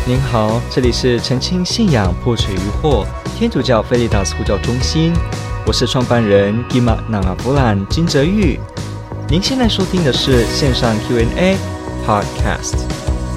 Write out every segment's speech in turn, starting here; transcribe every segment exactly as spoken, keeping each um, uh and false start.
您好，这里是澄清信仰破除疑惑天主教菲利达斯呼叫中心，我是创办人 Gima Nangabulan 金哲玉。您现在收听的是线上 Q and A Podcast。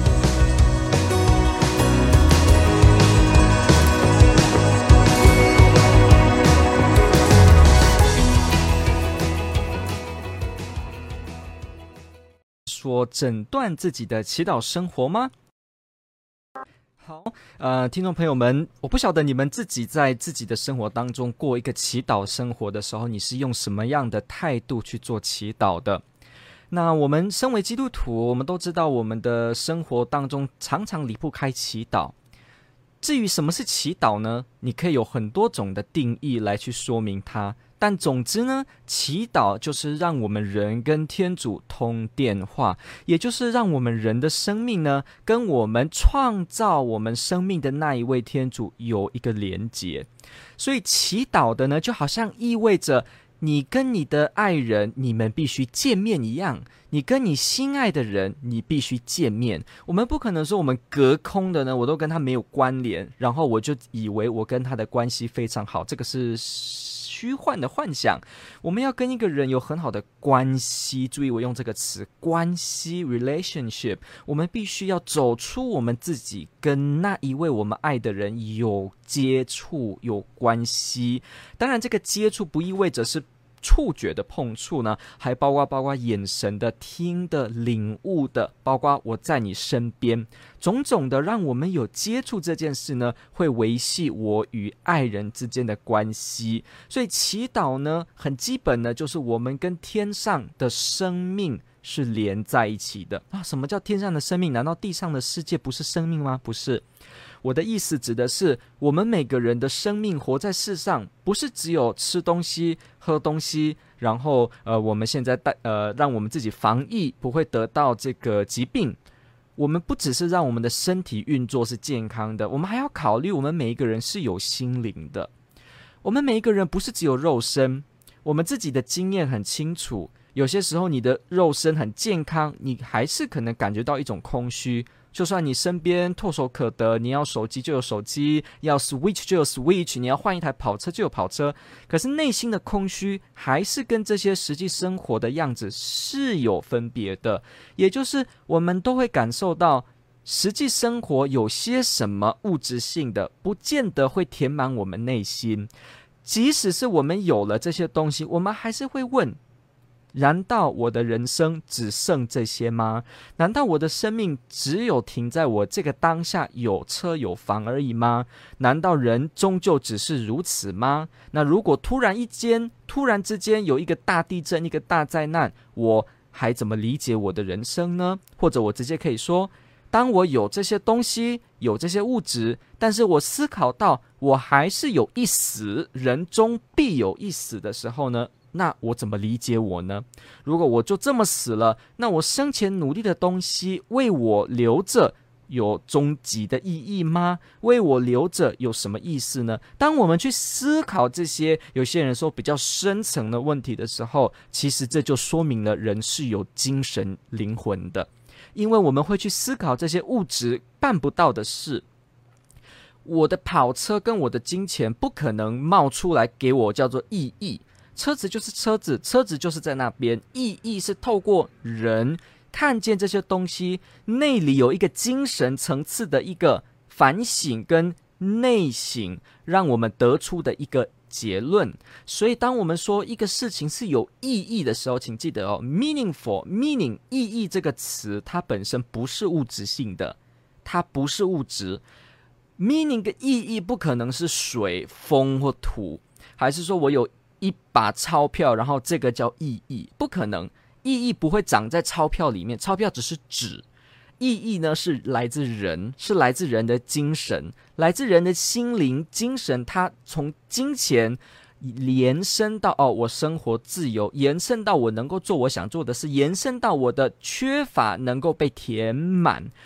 说诊断自己的祈祷生活吗？好，呃，听众朋友们，我不晓得你们自己在自己的生活当中过一个祈祷生活的时候，你是用什么样的态度去做祈祷的？那我们身为基督徒，我们都知道我们的生活当中常常离不开祈祷。至于什么是祈祷呢？你可以有很多种的定义来去说明它。但总之呢，祈祷就是让我们人跟天主通电话，也就是让我们人的生命呢，跟我们创造我们生命的那一位天主有一个连结。所以祈祷的呢，就好像意味着你跟你的爱人，你们必须见面一样，你跟你心爱的人，你必须见面。我们不可能说我们隔空的呢，我都跟他没有关联，然后我就以为我跟他的关系非常好，这个是虚幻的幻想。我们要跟一个人有很好的关系，注意我用这个词，关系 relationship， 我们必须要走出我们自己，跟那一位我们爱的人有接触有关系。当然这个接触不意味着是触觉的碰触呢，还包括包括眼神的、听的、领悟的，包括我在你身边，种种的让我们有接触这件事呢，会维系我与爱人之间的关系。所以祈祷呢，很基本呢，就是我们跟天上的生命是连在一起的啊。什么叫天上的生命？难道地上的世界不是生命吗？不是。我的意思指的是，我们每个人的生命活在世上，不是只有吃东西、喝东西，然后呃，我们现在带呃，让我们自己防疫不会得到这个疾病。我们不只是让我们的身体运作是健康的，我们还要考虑我们每一个人是有心灵的。我们每一个人不是只有肉身，我们自己的经验很清楚。有些时候你的肉身很健康，你还是可能感觉到一种空虚。就算你身边唾手可得，你要手机就有手机，要 switch 就有 switch， 你要换一台跑车就有跑车，可是内心的空虚还是跟这些实际生活的样子是有分别的。也就是我们都会感受到实际生活有些什么物质性的不见得会填满我们内心。即使是我们有了这些东西，我们还是会问，难道我的人生只剩这些吗？难道我的生命只有停在我这个当下有车有房而已吗？难道人终究只是如此吗？那如果突然一间突然之间有一个大地震，一个大灾难，我还怎么理解我的人生呢？或者我直接可以说，当我有这些东西，有这些物质，但是我思考到我还是有一死，人终必有一死的时候呢，那我怎么理解我呢？如果我就这么死了，那我生前努力的东西为我留着有终极的意义吗？为我留着有什么意思呢？当我们去思考这些有些人说比较深层的问题的时候，其实这就说明了人是有精神灵魂的，因为我们会去思考这些物质办不到的事。我的跑车跟我的金钱不可能冒出来给我叫做意义，车子就是车子，车子就是在那边，意义是透过人看见这些东西，内里有一个精神层次的一个反省跟内省，让我们得出的一个结论。所以当我们说一个事情是有意义的时候，请记得哦 meaningful meaning 意义这个词它本身不是物质性的，它不是物质。meaning 的意义不可能是水、风或土，还是说我有一把钞票，然后这个叫意义，不可能。意义不会长在钞票里面，钞票只是纸。意义呢是来自人，是来自人的精神，来自人的心灵精神。它从金钱延伸到哦，我生活自由，延伸到我能够做我想做的事，延伸到我的缺乏能够被填满。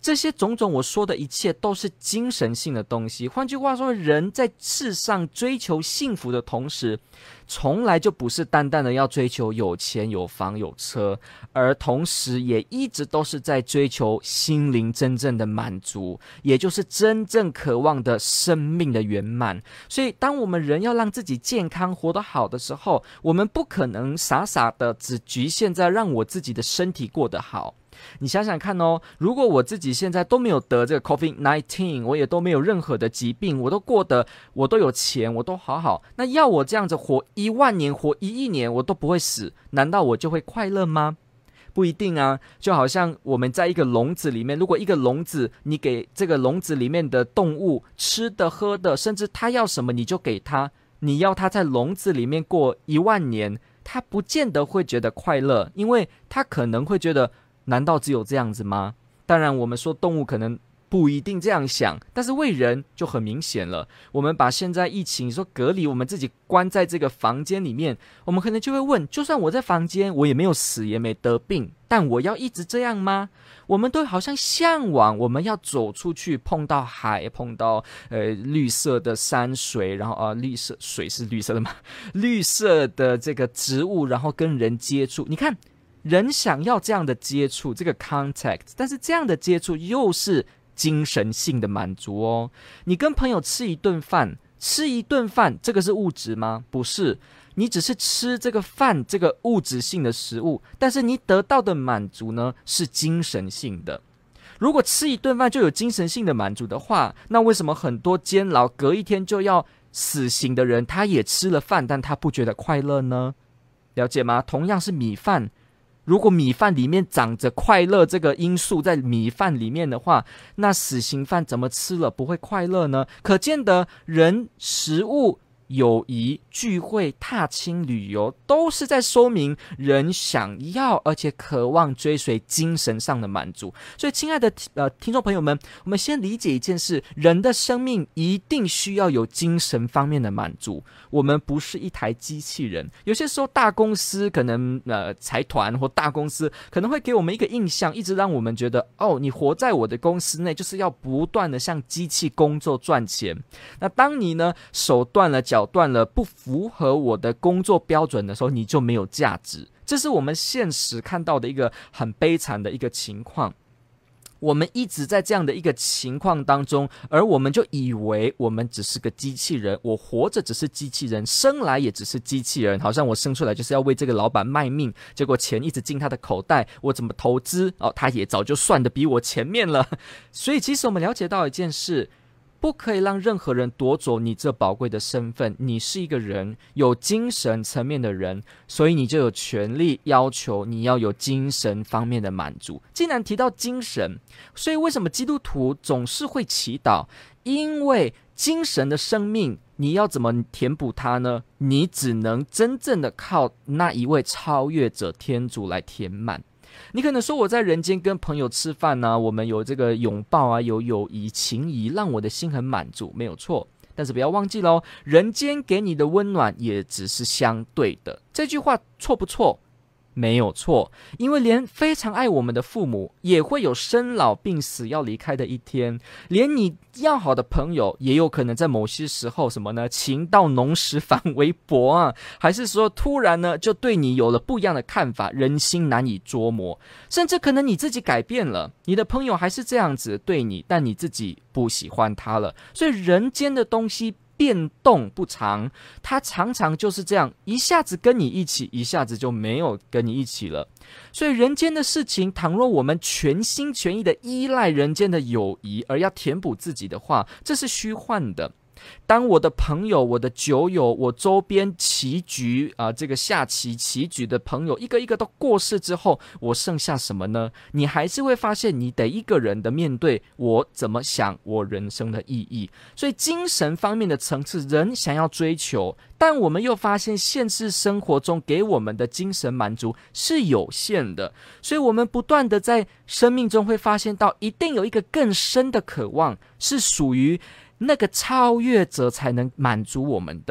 这些种种我说的一切都是精神性的东西。换句话说，人在世上追求幸福的同时，从来就不是单单的要追求有钱有房有车，而同时也一直都是在追求心灵真正的满足，也就是真正渴望的生命的圆满。所以当我们人要让自己健康活得好的时候，我们不可能傻傻的只局限在让我自己的身体过得好。你想想看哦，如果我自己现在都没有得这个 COVID 十九， 我也都没有任何的疾病，我都过得，我都有钱，我都好好，那要我这样子活一万年，活一亿年，我都不会死，难道我就会快乐吗？不一定啊。就好像我们在一个笼子里面，如果一个笼子你给这个笼子里面的动物吃的喝的，甚至它要什么你就给它，你要它在笼子里面过一万年，它不见得会觉得快乐，因为它可能会觉得，难道只有这样子吗？当然我们说动物可能不一定这样想，但是为人就很明显了。我们把现在疫情说隔离，我们自己关在这个房间里面，我们可能就会问，就算我在房间，我也没有死也没得病，但我要一直这样吗？我们都好像向往我们要走出去，碰到海，碰到呃绿色的山水，然后啊、呃、绿色水是绿色的吗？绿色的这个植物，然后跟人接触。你看人想要这样的接触，这个 contact， 但是这样的接触又是精神性的满足哦。你跟朋友吃一顿饭，吃一顿饭，这个是物质吗？不是，你只是吃这个饭，这个物质性的食物，但是你得到的满足呢，是精神性的。如果吃一顿饭就有精神性的满足的话，那为什么很多监牢隔一天就要死刑的人，他也吃了饭，但他不觉得快乐呢？了解吗？同样是米饭，如果米饭里面长着快乐这个因素在米饭里面的话，那死刑犯怎么吃了不会快乐呢？可见得人、食物、友谊、聚会、踏青、旅游，都是在说明人想要而且渴望追随精神上的满足。所以亲爱的呃听众朋友们，我们先理解一件事，人的生命一定需要有精神方面的满足。我们不是一台机器人。有些时候大公司可能呃财团或大公司可能会给我们一个印象，一直让我们觉得，哦，你活在我的公司内就是要不断的像机器工作赚钱。那当你呢手断了脚断了，不符合我的工作标准的时候，你就没有价值。这是我们现实看到的一个很悲惨的一个情况。我们一直在这样的一个情况当中，而我们就以为我们只是个机器人，我活着只是机器人，生来也只是机器人，好像我生出来就是要为这个老板卖命，结果钱一直进他的口袋，我怎么投资哦，他也早就算得比我前面了。所以其实我们了解到一件事，不可以让任何人夺走你这宝贵的身份。你是一个人，有精神层面的人，所以你就有权利要求你要有精神方面的满足。既然提到精神，所以为什么基督徒总是会祈祷？因为精神的生命，你要怎么填补它呢？你只能真正的靠那一位超越者天主来填满。你可能说我在人间跟朋友吃饭啊，我们有这个拥抱啊，有友谊情谊，让我的心很满足，没有错。但是不要忘记咯，人间给你的温暖也只是相对的。这句话错不错？没有错，因为连非常爱我们的父母也会有生老病死要离开的一天，连你要好的朋友也有可能在某些时候什么呢，情到浓时反为薄啊，还是说突然呢就对你有了不一样的看法，人心难以捉摸，甚至可能你自己改变了，你的朋友还是这样子对你，但你自己不喜欢他了。所以人间的东西变动不长，他常常就是这样，一下子跟你一起，一下子就没有跟你一起了。所以人间的事情，倘若我们全心全意的依赖人间的友谊而要填补自己的话，这是虚幻的。当我的朋友、我的酒友、我周边棋局啊、呃，这个下棋棋局的朋友一个一个都过世之后，我剩下什么呢？你还是会发现，你得一个人的面对我怎么想我人生的意义。所以精神方面的层次，人想要追求，但我们又发现现实生活中给我们的精神满足是有限的，所以我们不断的在生命中会发现到，一定有一个更深的渴望，是属于那个超越者才能满足我们的。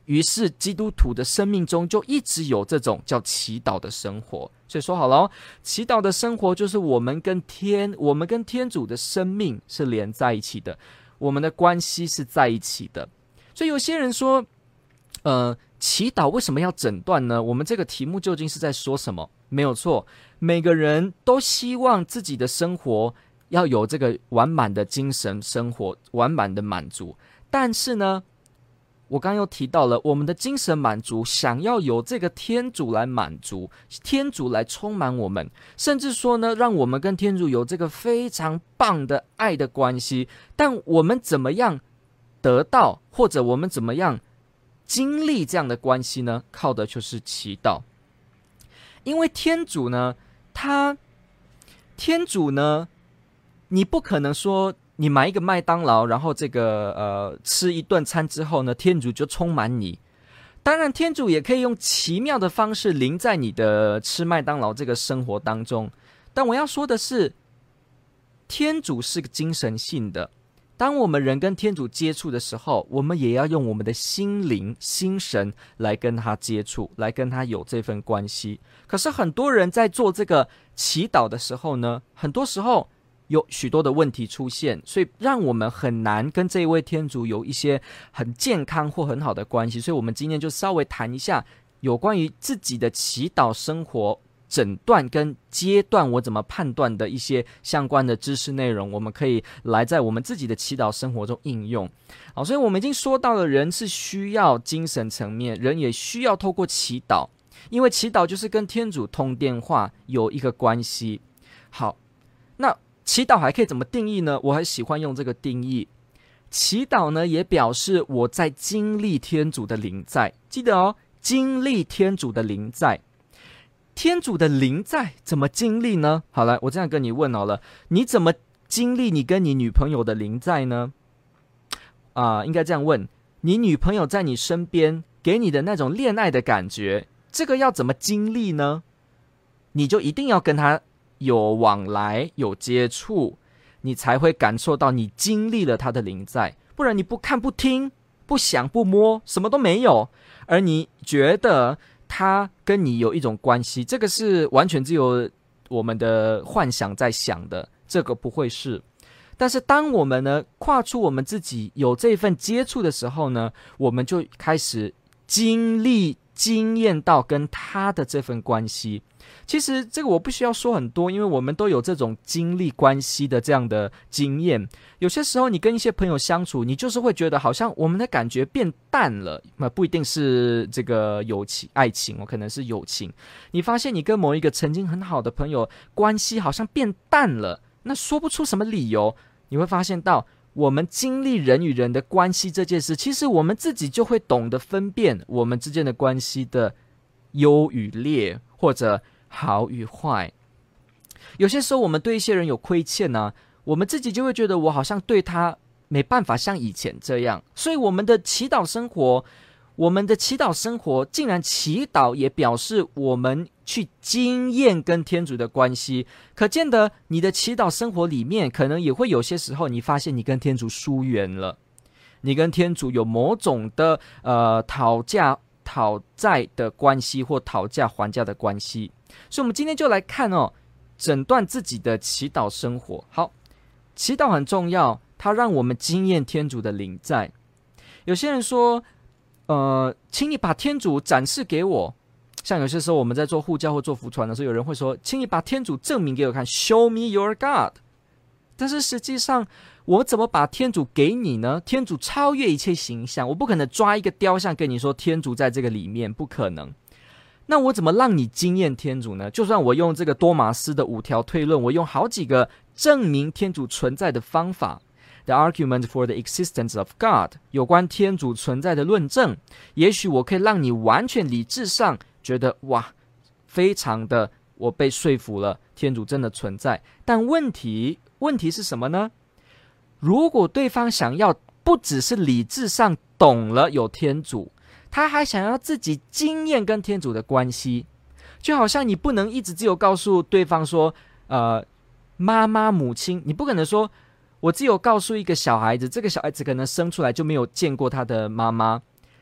于是基督徒的生命中就一直有这种叫祈祷的生活。所以说好了哦，祈祷的生活就是我们跟天我们跟天主的生命是连在一起的，我们的关系是在一起的。所以有些人说呃，祈祷为什么要诊断呢？我们这个题目究竟是在说什么？没有错，每个人都希望自己的生活要有这个完满的精神生活，完满的满足。但是呢，我刚刚又提到了，我们的精神满足想要由这个天主来满足，天主来充满我们，甚至说呢，让我们跟天主有这个非常棒的爱的关系。但我们怎么样得到，或者我们怎么样经历这样的关系呢？靠的就是祈祷。因为天主呢，他天主呢，你不可能说你买一个麦当劳，然后这个呃吃一顿餐之后呢，天主就充满你。当然，天主也可以用奇妙的方式临在你的吃麦当劳这个生活当中。但我要说的是，天主是个精神性的。当我们人跟天主接触的时候，我们也要用我们的心灵、心神来跟他接触，来跟他有这份关系。可是很多人在做这个祈祷的时候呢，很多时候有许多的问题出现，所以让我们很难跟这一位天主有一些很健康或很好的关系。所以我们今天就稍微谈一下有关于自己的祈祷生活诊断跟阶段，我怎么判断的一些相关的知识内容，我们可以来在我们自己的祈祷生活中应用。好，所以我们已经说到了，人是需要精神层面，人也需要透过祈祷，因为祈祷就是跟天主通电话，有一个关系。好，那祈祷还可以怎么定义呢？我很喜欢用这个定义，祈祷呢也表示我在经历天主的临在。记得哦，经历天主的临在。天主的临在怎么经历呢？好了，我这样跟你问好了，你怎么经历你跟你女朋友的临在呢？啊、呃，应该这样问，你女朋友在你身边给你的那种恋爱的感觉，这个要怎么经历呢？你就一定要跟她有往来、有接触，你才会感受到你经历了她的临在。不然你不看、不听、不想、不摸，什么都没有，而你觉得他跟你有一种关系，这个是完全只有我们的幻想在想的，这个不会是。但是当我们呢跨出我们自己有这份接触的时候呢，我们就开始经历经验到跟他的这份关系。其实这个我不需要说很多，因为我们都有这种经历关系的这样的经验。有些时候你跟一些朋友相处，你就是会觉得好像我们的感觉变淡了，那不一定是这个友情爱情，可能是友情。你发现你跟某一个曾经很好的朋友关系好像变淡了，那说不出什么理由，你会发现到我们经历人与人的关系这件事，其实我们自己就会懂得分辨我们之间的关系的优与劣，或者好与坏。有些时候我们对一些人有亏欠呢、啊，我们自己就会觉得我好像对他没办法像以前这样，所以我们的祈祷生活我们的祈祷生活竟然祈祷也表示我们去经验跟天主的关系，可见得你的祈祷生活里面可能也会有些时候你发现你跟天主疏远了，你跟天主有某种的呃讨价讨债的关系，或讨价还价的关系。所以我们今天就来看哦，诊断自己的祈祷生活。好，祈祷很重要，它让我们经验天主的临在。有些人说呃，请你把天主展示给我。像有些时候我们在做护教或做福传的时候，有人会说请你把天主证明给我看， Show me your God。 但是实际上我怎么把天主给你呢？天主超越一切形象，我不可能抓一个雕像跟你说天主在这个里面，不可能。那我怎么让你经验天主呢？就算我用这个多马斯的五条推论，我用好几个证明天主存在的方法， The argument for the existence of God， 有关天主存在的论证，也许我可以让你完全理智上觉得哇，非常的我被说服了，天主真的存在。但问题问题是什么呢？如果对方想要不只是理智上懂了有天主，他还想要自己经验跟天主的关系，就好像你不能一直只有告诉对方说呃，妈妈母亲，你不可能说我只有告诉一个小孩子，这个小孩子可能生出来就没有见过他的妈妈，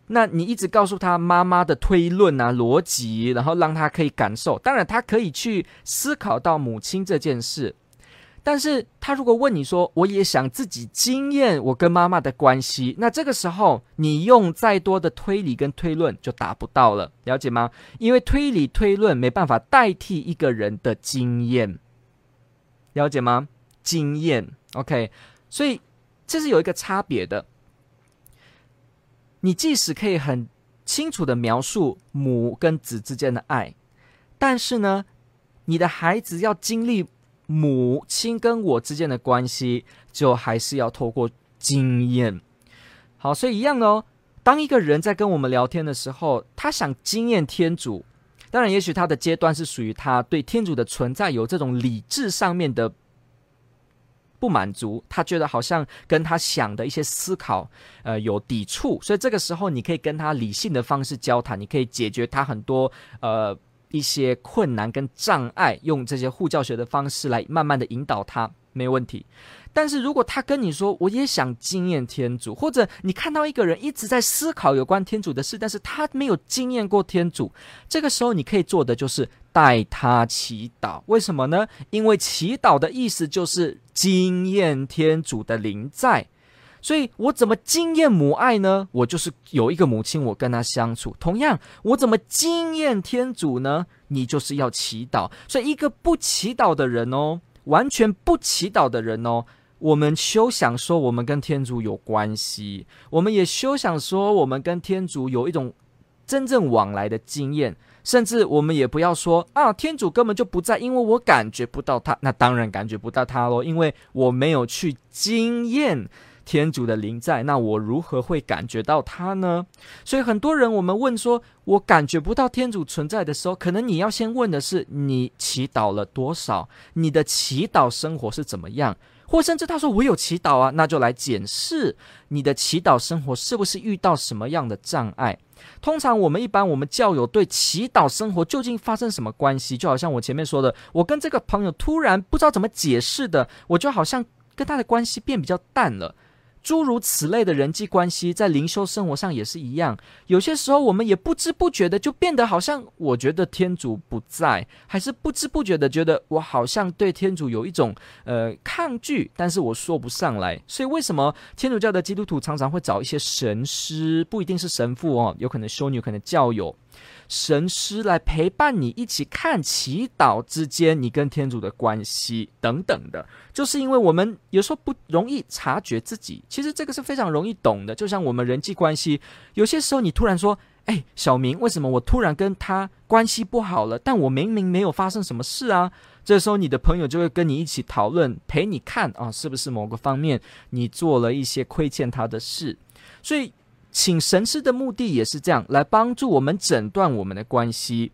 那你一直告诉他妈妈的推论啊、逻辑，然后让他可以感受，当然他可以去思考到母亲这件事，但是他如果问你说我也想自己经验我跟妈妈的关系，那这个时候你用再多的推理跟推论就达不到了，了解吗？因为推理推论没办法代替一个人的经验，了解吗？经验 OK， 所以这是有一个差别的。你即使可以很清楚的描述母跟子之间的爱，但是呢，你的孩子要经历母亲跟我之间的关系，就还是要透过经验。好，所以一样的哦，当一个人在跟我们聊天的时候，他想经验天主，当然也许他的阶段是属于他对天主的存在有这种理智上面的不满足，他觉得好像跟他想的一些思考呃有抵触，所以这个时候你可以跟他理性的方式交谈，你可以解决他很多呃一些困难跟障碍，用这些护教学的方式来慢慢的引导他，没有问题。但是如果他跟你说我也想经验天主，或者你看到一个人一直在思考有关天主的事，但是他没有经验过天主，这个时候你可以做的就是带他祈祷。为什么呢？因为祈祷的意思就是经验天主的临在。所以我怎么经验母爱呢？我就是有一个母亲，我跟她相处。同样，我怎么经验天主呢？你就是要祈祷。所以一个不祈祷的人哦，完全不祈祷的人哦，我们休想说我们跟天主有关系，我们也休想说我们跟天主有一种真正往来的经验，甚至我们也不要说啊，天主根本就不在，因为我感觉不到他。那当然感觉不到他咯，因为我没有去经验天主的临在，那我如何会感觉到他呢？所以很多人我们问说我感觉不到天主存在的时候，可能你要先问的是你祈祷了多少，你的祈祷生活是怎么样，或甚至他说我有祈祷啊，那就来检视你的祈祷生活是不是遇到什么样的障碍。通常我们一般我们教友对祈祷生活究竟发生什么关系，就好像我前面说的，我跟这个朋友突然不知道怎么解释的，我就好像跟他的关系变比较淡了。诸如此类的人际关系在灵修生活上也是一样，有些时候我们也不知不觉的就变得好像我觉得天主不在，还是不知不觉的觉得我好像对天主有一种呃抗拒，但是我说不上来。所以为什么天主教的基督徒常常会找一些神师，不一定是神父哦，有可能修女，有可能教友，神师来陪伴你一起看祈祷之间你跟天主的关系等等的，就是因为我们有时候不容易察觉自己，其实这个是非常容易懂的。就像我们人际关系，有些时候你突然说哎，小明，为什么我突然跟他关系不好了，但我明明没有发生什么事啊。这时候你的朋友就会跟你一起讨论，陪你看啊，是不是某个方面你做了一些亏欠他的事。所以请神师的目的也是这样，来帮助我们诊断我们的关系。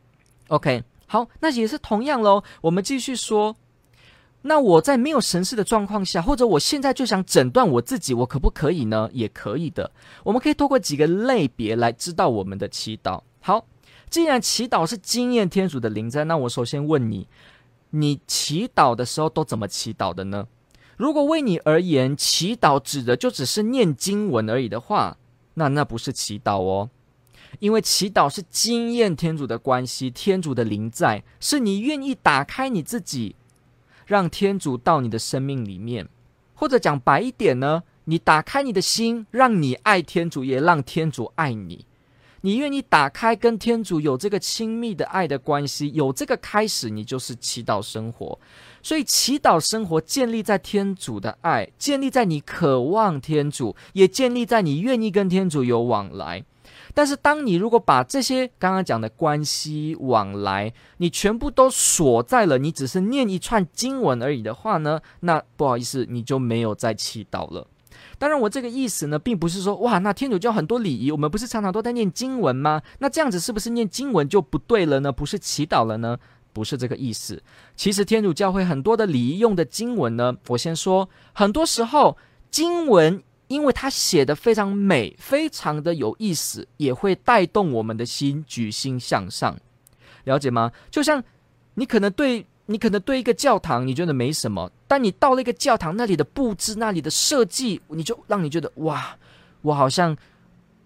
OK， 好，那也是同样咯，我们继续说，那我在没有神师的状况下，或者我现在就想诊断我自己，我可不可以呢？也可以的，我们可以透过几个类别来知道我们的祈祷。好，既然祈祷是经验天主的临在，那我首先问你，你祈祷的时候都怎么祈祷的呢？如果为你而言祈祷指的就只是念经文而已的话，那那不是祈祷哦，因为祈祷是经验天主的关系，天主的临在，是你愿意打开你自己，让天主到你的生命里面。或者讲白一点呢，你打开你的心，让你爱天主，也让天主爱你。你愿意打开跟天主有这个亲密的爱的关系，有这个开始，你就是祈祷生活。所以祈祷生活建立在天主的爱，建立在你渴望天主，也建立在你愿意跟天主有往来。但是当你如果把这些刚刚讲的关系往来，你全部都锁在了你只是念一串经文而已的话呢，那不好意思，你就没有在祈祷了。当然我这个意思呢，并不是说哇，那天主教很多礼仪，我们不是常常都在念经文吗？那这样子是不是念经文就不对了呢？不是祈祷了呢？不是这个意思。其实天主教会很多的礼仪用的经文呢，我先说，很多时候经文因为它写得非常美，非常的有意思，也会带动我们的心举心向上，了解吗？就像你可能对你可能对一个教堂你觉得没什么，但你到了一个教堂，那里的布置，那里的设计，你就让你觉得哇，我好像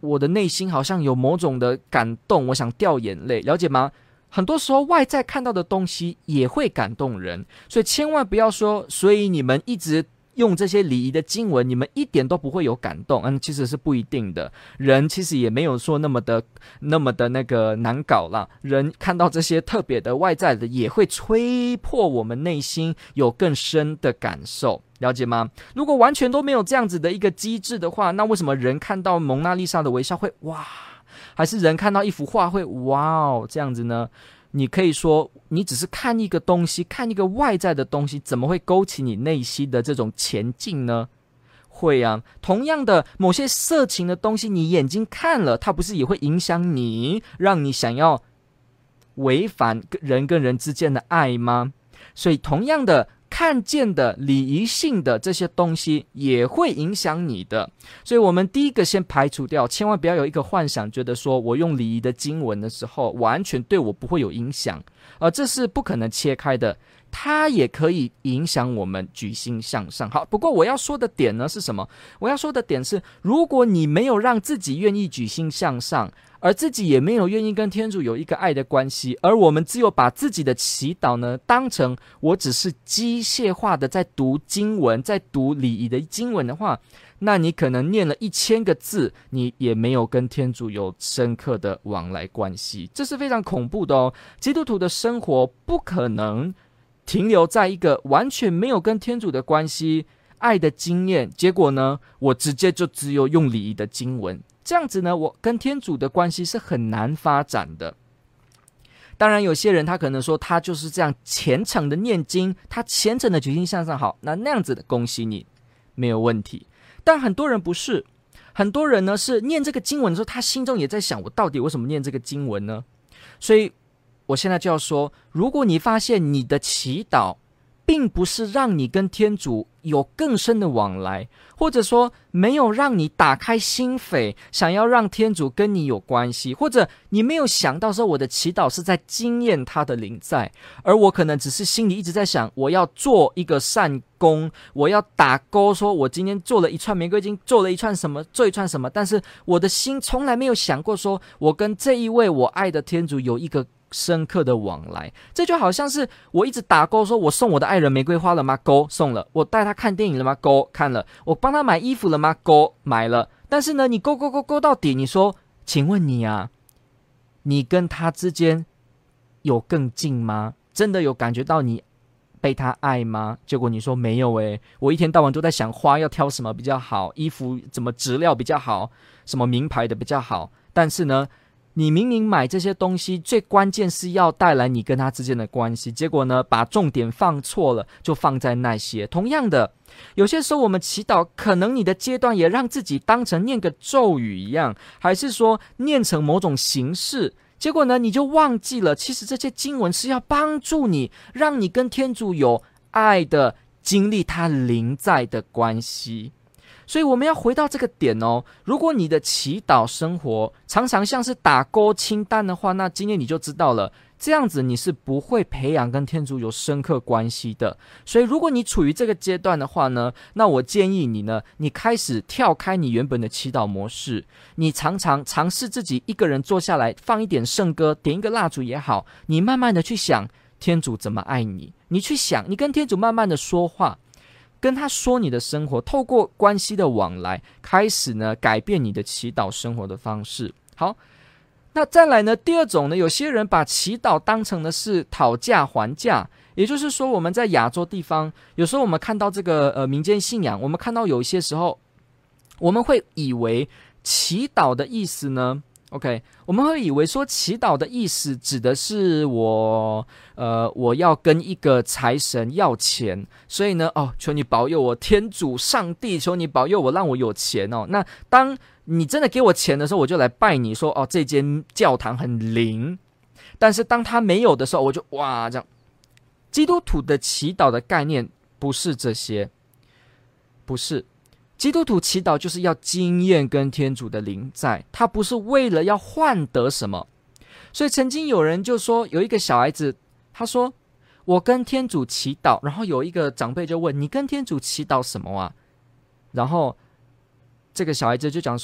我的内心好像有某种的感动，我想掉眼泪，了解吗？很多时候外在看到的东西也会感动人，所以千万不要说，所以你们一直用这些礼仪的经文，你们一点都不会有感动。嗯，其实是不一定的。人其实也没有说那么的那么的那个难搞啦。人看到这些特别的外在的，也会吹破我们内心有更深的感受，了解吗？如果完全都没有这样子的一个机制的话，那为什么人看到蒙娜丽莎的微笑会哇，还是人看到一幅画会哇哦这样子呢？你可以说，你只是看一个东西，看一个外在的东西，怎么会勾起你内心的这种前进呢？会啊，同样的，某些色情的东西，你眼睛看了，它不是也会影响你，让你想要违反人跟人之间的爱吗？所以，同样的，看见的礼仪性的这些东西也会影响你的。所以我们第一个先排除掉，千万不要有一个幻想，觉得说我用礼仪的经文的时候完全对我不会有影响，而这是不可能切开的，它也可以影响我们举心向上。好，不过我要说的点呢是什么？我要说的点是，如果你没有让自己愿意举心向上，而自己也没有愿意跟天主有一个爱的关系，而我们只有把自己的祈祷呢当成我只是机械化的在读经文，在读礼仪的经文的话，那你可能念了一千个字，你也没有跟天主有深刻的往来关系，这是非常恐怖的哦。基督徒的生活不可能停留在一个完全没有跟天主的关系、爱的经验，结果呢，我直接就只有用礼仪的经文。这样子呢，我跟天主的关系是很难发展的。当然有些人他可能说他就是这样虔诚的念经，他虔诚的举心向上，好，那那样子的恭喜你，没有问题。但很多人不是，很多人呢是念这个经文的时候，他心中也在想，我到底为什么念这个经文呢？所以我现在就要说，如果你发现你的祈祷并不是让你跟天主有更深的往来，或者说没有让你打开心扉，想要让天主跟你有关系，或者你没有想到说我的祈祷是在经验他的临在，而我可能只是心里一直在想，我要做一个善功，我要打勾，说我今天做了一串玫瑰经，做了一串什么，做一串什么，但是我的心从来没有想过说我跟这一位我爱的天主有一个深刻的往来。这就好像是我一直打勾，说我送我的爱人玫瑰花了吗？勾，送了。我带他看电影了吗？勾，看了。我帮他买衣服了吗？勾，买了。但是呢，你勾勾勾勾到底，你说，请问你啊，你跟他之间有更近吗？真的有感觉到你被他爱吗？结果你说没有诶，我一天到晚都在想花要挑什么比较好，衣服怎么质料比较好，什么名牌的比较好。但是呢，你明明买这些东西最关键是要带来你跟他之间的关系，结果呢把重点放错了，就放在那些。同样的，有些时候我们祈祷，可能你的阶段也让自己当成念个咒语一样，还是说念成某种形式，结果呢你就忘记了，其实这些经文是要帮助你，让你跟天主有爱的经历他临在的关系。所以我们要回到这个点哦，如果你的祈祷生活常常像是打勾清单的话，那今天你就知道了，这样子你是不会培养跟天主有深刻关系的。所以如果你处于这个阶段的话呢，那我建议你呢，你开始跳开你原本的祈祷模式，你常常尝试自己一个人坐下来，放一点圣歌，点一个蜡烛也好，你慢慢的去想天主怎么爱你，你去想，你跟天主慢慢的说话，跟他说你的生活，透过关系的往来，开始呢改变你的祈祷生活的方式。好，那再来呢，第二种呢，有些人把祈祷当成的是讨价还价，也就是说我们在亚洲地方，有时候我们看到这个呃民间信仰，我们看到有一些时候，我们会以为祈祷的意思呢，OK， 我们会以为说祈祷的意思指的是我呃我要跟一个财神要钱，所以呢哦求你保佑我，天主上帝求你保佑我，让我有钱哦。那当你真的给我钱的时候，我就来拜你说哦这间教堂很灵，但是当他没有的时候，我就哇这样。基督徒的祈祷的概念不是这些，不是。基督徒祈祷就是要经验跟天主的临在，他不是为了要换得什么。所以曾经有人就说，有一个小孩子，他说我跟天主祈祷，然后有一个长辈就问，你跟天主祈祷什么啊？然后这个小孩子就讲说，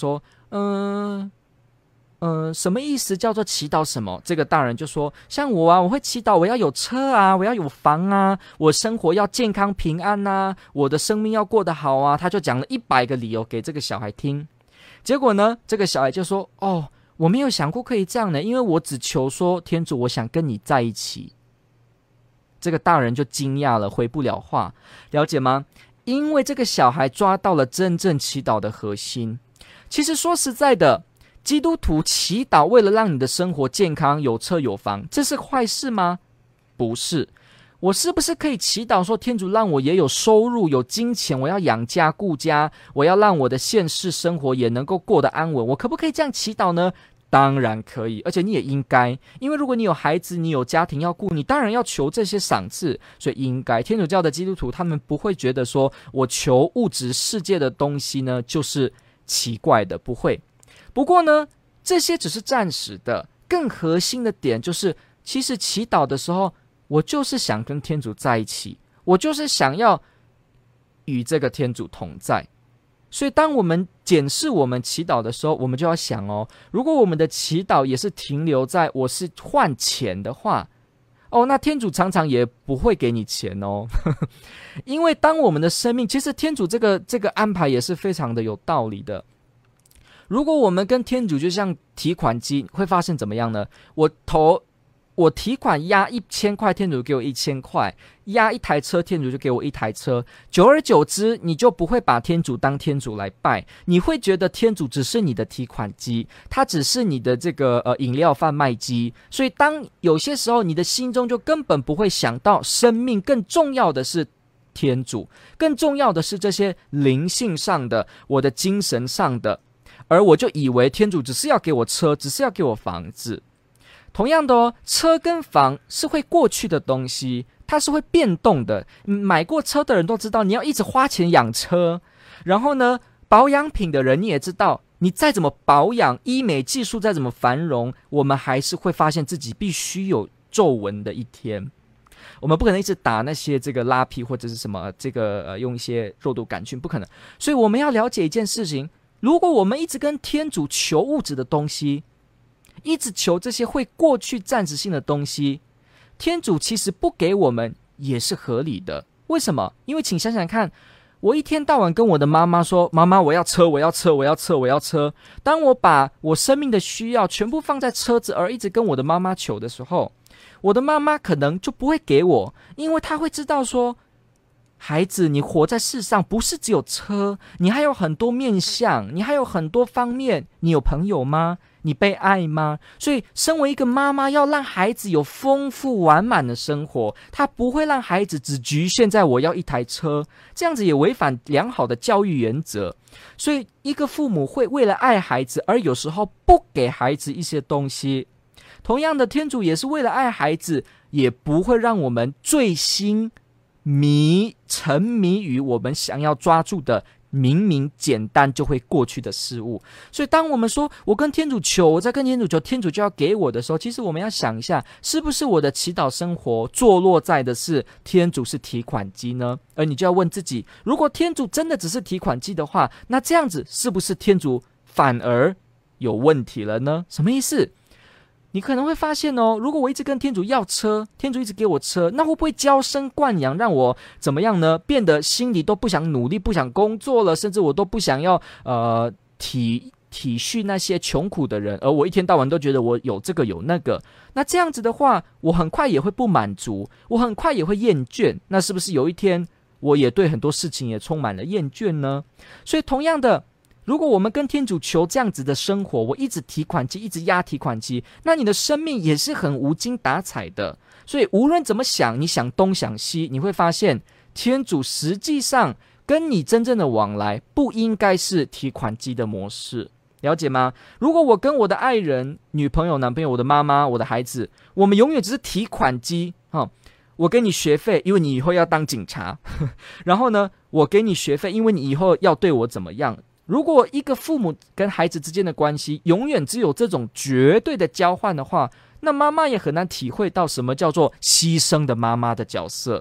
嗯、呃。呃，什么意思？叫做祈祷什么？这个大人就说，像我啊，我会祈祷我要有车啊，我要有房啊，我生活要健康平安啊，我的生命要过得好啊。他就讲了一百个理由给这个小孩听。结果呢，这个小孩就说，哦，我没有想过可以这样的，因为我只求说，天主，我想跟你在一起。这个大人就惊讶了，回不了话，了解吗？因为这个小孩抓到了真正祈祷的核心。其实说实在的，基督徒祈祷为了让你的生活健康，有车有房，这是坏事吗？不是。我是不是可以祈祷说，天主让我也有收入，有金钱，我要养家顾家，我要让我的现世生活也能够过得安稳，我可不可以这样祈祷呢？当然可以，而且你也应该，因为如果你有孩子，你有家庭要顾，你当然要求这些赏赐，所以应该。天主教的基督徒他们不会觉得说我求物质世界的东西呢就是奇怪的，不会。不过呢，这些只是暂时的，更核心的点就是，其实祈祷的时候，我就是想跟天主在一起，我就是想要与这个天主同在。所以当我们检视我们祈祷的时候，我们就要想哦，如果我们的祈祷也是停留在我是换钱的话，哦，那天主常常也不会给你钱哦。因为当我们的生命，其实天主这个这个安排也是非常的有道理的。如果我们跟天主就像提款机，会发现怎么样呢？我投我提款压一千块，天主给我一千块；压一台车，天主就给我一台车。久而久之，你就不会把天主当天主来拜，你会觉得天主只是你的提款机，他只是你的这个呃饮料贩卖机。所以，当有些时候你的心中就根本不会想到，生命更重要的是天主，更重要的是这些灵性上的，我的精神上的。而我就以为天主只是要给我车，只是要给我房子。同样的哦，车跟房是会过去的东西，它是会变动的。买过车的人都知道，你要一直花钱养车。然后呢，保养品的人你也知道，你再怎么保养，医美技术再怎么繁荣，我们还是会发现自己必须有皱纹的一天。我们不可能一直打那些这个拉皮或者是什么这个呃用一些肉毒杆菌，不可能。所以我们要了解一件事情。如果我们一直跟天主求物质的东西，一直求这些会过去暂时性的东西，天主其实不给我们也是合理的。为什么？因为请想想看，我一天到晚跟我的妈妈说，妈妈我要车我要车我要车我要车，当我把我生命的需要全部放在车子，而一直跟我的妈妈求的时候，我的妈妈可能就不会给我，因为她会知道说，孩子，你活在世上不是只有车，你还有很多面向，你还有很多方面。你有朋友吗？你被爱吗？所以身为一个妈妈，要让孩子有丰富完满的生活，她不会让孩子只局限在我要一台车，这样子也违反良好的教育原则。所以一个父母会为了爱孩子，而有时候不给孩子一些东西。同样的，天主也是为了爱孩子，也不会让我们醉心迷沉迷于我们想要抓住的明明简单就会过去的事物。所以当我们说我跟天主求，我在跟天主求，天主就要给我的时候，其实我们要想一下，是不是我的祈祷生活坐落在的是天主是提款机呢？而你就要问自己，如果天主真的只是提款机的话，那这样子是不是天主反而有问题了呢？什么意思？你可能会发现哦，如果我一直跟天主要车，天主一直给我车，那会不会娇生惯养，让我怎么样呢？变得心里都不想努力，不想工作了，甚至我都不想要呃体体恤那些穷苦的人，而我一天到晚都觉得我有这个有那个。那这样子的话，我很快也会不满足，我很快也会厌倦。那是不是有一天我也对很多事情也充满了厌倦呢？所以同样的，如果我们跟天主求这样子的生活，我一直提款机，一直压提款机，那你的生命也是很无精打采的。所以无论怎么想，你想东想西，你会发现天主实际上跟你真正的往来不应该是提款机的模式，了解吗？如果我跟我的爱人、女朋友、男朋友、我的妈妈、我的孩子，我们永远只是提款机、哦、我给你学费，因为你以后要当警察然后呢，我给你学费，因为你以后要对我怎么样。如果一个父母跟孩子之间的关系永远只有这种绝对的交换的话，那妈妈也很难体会到什么叫做牺牲的妈妈的角色。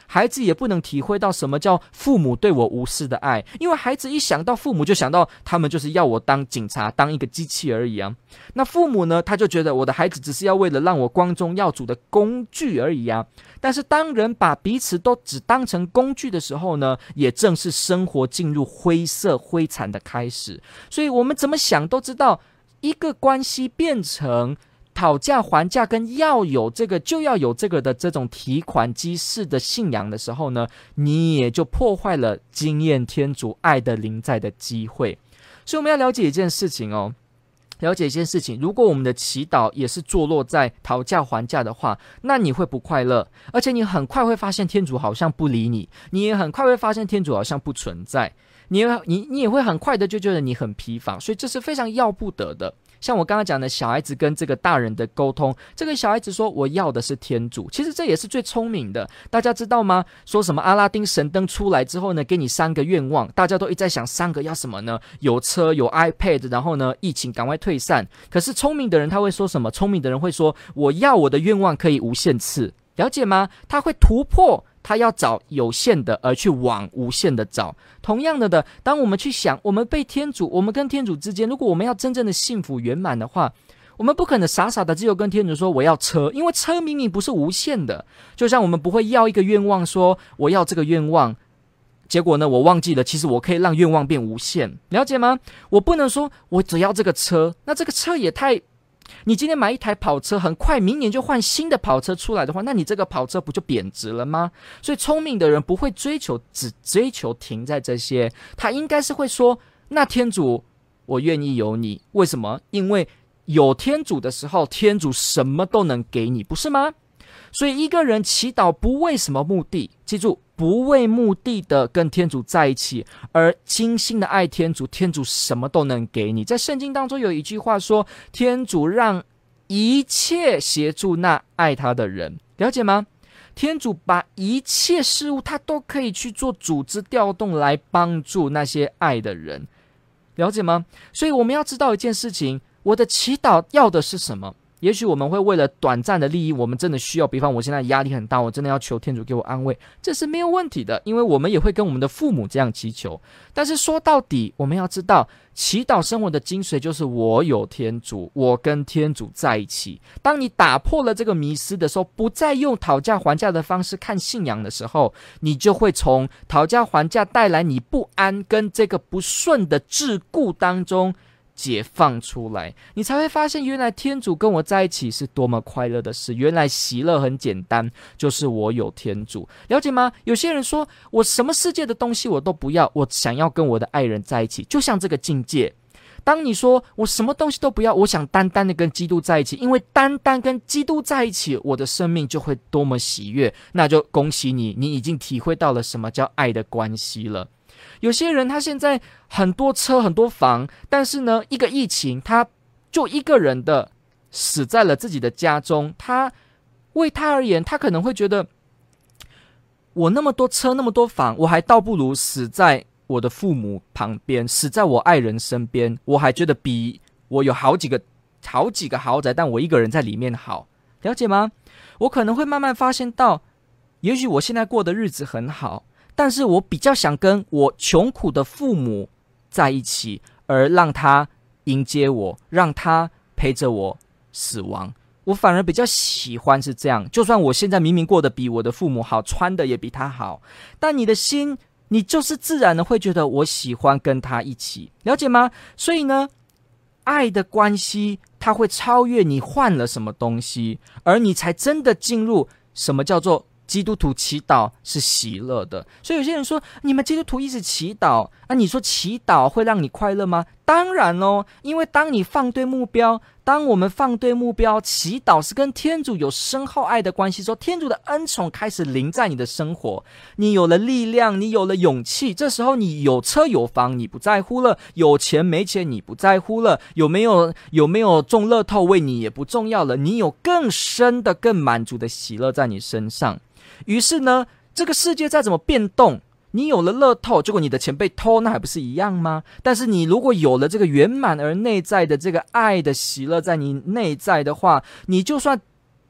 孩子也不能体会到什么叫父母对我无私的爱，因为孩子一想到父母就想到他们就是要我当警察，当一个机器而已啊。那父母呢，他就觉得我的孩子只是要为了让我光宗耀祖的工具而已啊。但是当人把彼此都只当成工具的时候呢，也正是生活进入灰色灰惨的开始。所以我们怎么想都知道，一个关系变成讨价还价跟要有这个就要有这个的这种提款机式的信仰的时候呢，你也就破坏了经验天主爱的临在的机会。所以我们要了解一件事情哦，了解一件事情，如果我们的祈祷也是坐落在讨价还价的话，那你会不快乐，而且你很快会发现天主好像不理你，你也很快会发现天主好像不存在，你也你你也会很快的就觉得你很疲乏，所以这是非常要不得的。像我刚刚讲的小孩子跟这个大人的沟通，这个小孩子说我要的是天主，其实这也是最聪明的。大家知道吗？说什么阿拉丁神灯出来之后呢，给你三个愿望，大家都一直在想三个要什么呢？有车有 iPad， 然后呢疫情赶快退散。可是聪明的人他会说什么？聪明的人会说我要我的愿望可以无限次，了解吗？他会突破，他要找有限的而去往无限的找。同样的的，当我们去想我们被天主，我们跟天主之间，如果我们要真正的幸福圆满的话，我们不可能傻傻的只有跟天主说我要车，因为车明明不是无限的。就像我们不会要一个愿望说我要这个愿望，结果呢我忘记了其实我可以让愿望变无限，了解吗？我不能说我只要这个车，那这个车也太，你今天买一台跑车，很快明年就换新的跑车出来的话，那你这个跑车不就贬值了吗？所以聪明的人不会追求只追求停在这些，他应该是会说，那天主我愿意有你，为什么？因为有天主的时候，天主什么都能给你，不是吗？所以一个人祈祷不为什么目的，记住，不为目的的跟天主在一起，而精心的爱天主，天主什么都能给你。在圣经当中有一句话说，天主让一切协助那爱他的人，了解吗？天主把一切事物他都可以去做组织调动来帮助那些爱的人，了解吗？所以我们要知道一件事情，我的祈祷要的是什么？也许我们会为了短暂的利益，我们真的需要，比方我现在压力很大，我真的要求天主给我安慰，这是没有问题的，因为我们也会跟我们的父母这样祈求。但是说到底，我们要知道祈祷生活的精髓就是我有天主，我跟天主在一起。当你打破了这个迷思的时候，不再用讨价还价的方式看信仰的时候，你就会从讨价还价带来你不安跟这个不顺的桎梏当中解放出来，你才会发现原来天主跟我在一起是多么快乐的事，原来喜乐很简单，就是我有天主，了解吗？有些人说我什么世界的东西我都不要，我想要跟我的爱人在一起，就像这个境界。当你说我什么东西都不要，我想单单的跟基督在一起，因为单单跟基督在一起，我的生命就会多么喜悦，那就恭喜你，你已经体会到了什么叫爱的关系了。有些人他现在很多车很多房，但是呢一个疫情他就一个人的死在了自己的家中，他为他而言，他可能会觉得我那么多车那么多房，我还倒不如死在我的父母旁边，死在我爱人身边，我还觉得比我有好几个好几个豪宅但我一个人在里面好，了解吗？我可能会慢慢发现到，也许我现在过的日子很好，但是我比较想跟我穷苦的父母在一起，而让他迎接我，让他陪着我死亡。我反而比较喜欢是这样，就算我现在明明过得比我的父母好，穿的也比他好，但你的心，你就是自然的会觉得我喜欢跟他一起，了解吗？所以呢，爱的关系它会超越你换了什么东西，而你才真的进入什么叫做基督徒祈祷是喜乐的。所以有些人说，你们基督徒一直祈祷啊，你说祈祷会让你快乐吗？当然哦，因为当你放对目标，当我们放对目标，祈祷是跟天主有深厚爱的关系之后，天主的恩宠开始临在你的生活，你有了力量，你有了勇气，这时候你有车有房你不在乎了，有钱没钱你不在乎了，有没有有没有中乐透为你也不重要了，你有更深的更满足的喜乐在你身上。于是呢，这个世界再怎么变动，你有了乐透，结果你的钱被偷，那还不是一样吗？但是你如果有了这个圆满而内在的这个爱的喜乐在你内在的话，你就算